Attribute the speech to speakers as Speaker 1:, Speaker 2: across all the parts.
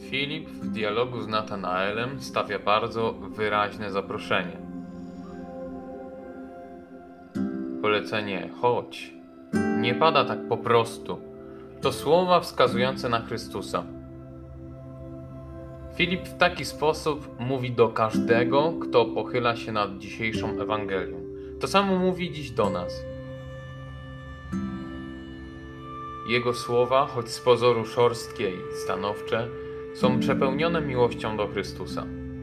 Speaker 1: Filip w dialogu z Natanaelem stawia bardzo wyraźne zaproszenie. Polecenie chodź nie pada tak po prostu. To słowa wskazujące na Chrystusa. Filip w taki sposób mówi do każdego, kto pochyla się nad dzisiejszą Ewangelią. To samo mówi dziś do nas. Jego słowa, choć z pozoru szorstkie i stanowcze, są przepełnione miłością do Chrystusa.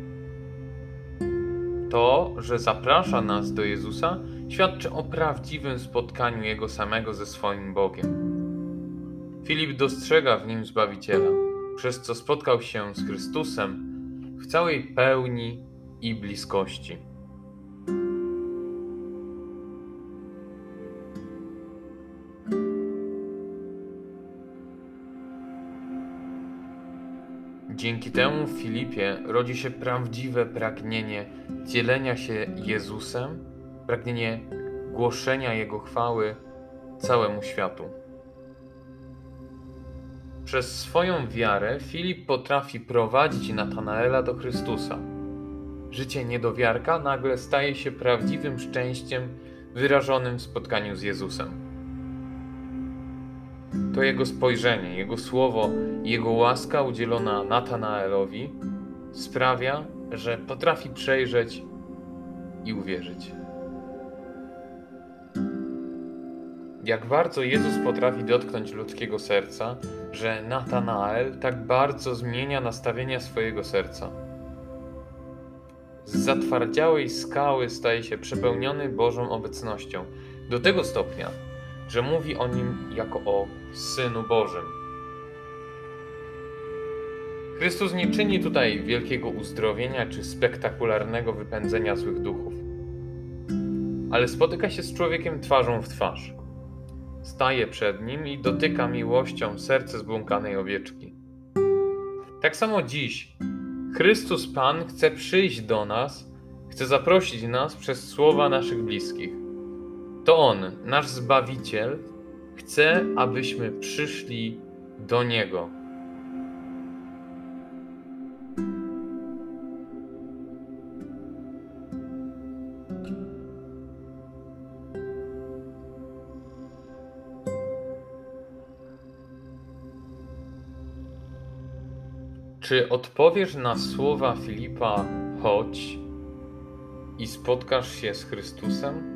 Speaker 1: To, że zaprasza nas do Jezusa, świadczy o prawdziwym spotkaniu Jego samego ze swoim Bogiem. Filip dostrzega w nim Zbawiciela, przez co spotkał się z Chrystusem w całej pełni i bliskości. Dzięki temu w Filipie rodzi się prawdziwe pragnienie dzielenia się Jezusem, pragnienie głoszenia Jego chwały całemu światu. Przez swoją wiarę Filip potrafi prowadzić Natanaela do Chrystusa. Życie niedowiarka nagle staje się prawdziwym szczęściem wyrażonym w spotkaniu z Jezusem. To Jego spojrzenie, Jego słowo i Jego łaska udzielona Natanaelowi sprawia, że potrafi przejrzeć i uwierzyć. Jak bardzo Jezus potrafi dotknąć ludzkiego serca, że Natanael tak bardzo zmienia nastawienia swojego serca. Z zatwardziałej skały staje się przepełniony Bożą obecnością, do tego stopnia, że mówi o nim jako o Synu Bożym. Chrystus nie czyni tutaj wielkiego uzdrowienia czy spektakularnego wypędzenia złych duchów, ale spotyka się z człowiekiem twarzą w twarz. Staje przed nim i dotyka miłością serce zbłąkanej owieczki. Tak samo dziś Chrystus Pan chce przyjść do nas, chce zaprosić nas przez słowa naszych bliskich. To On, nasz Zbawiciel, chce, abyśmy przyszli do Niego. Czy odpowiesz na słowa Filipa chodź i spotkasz się z Chrystusem?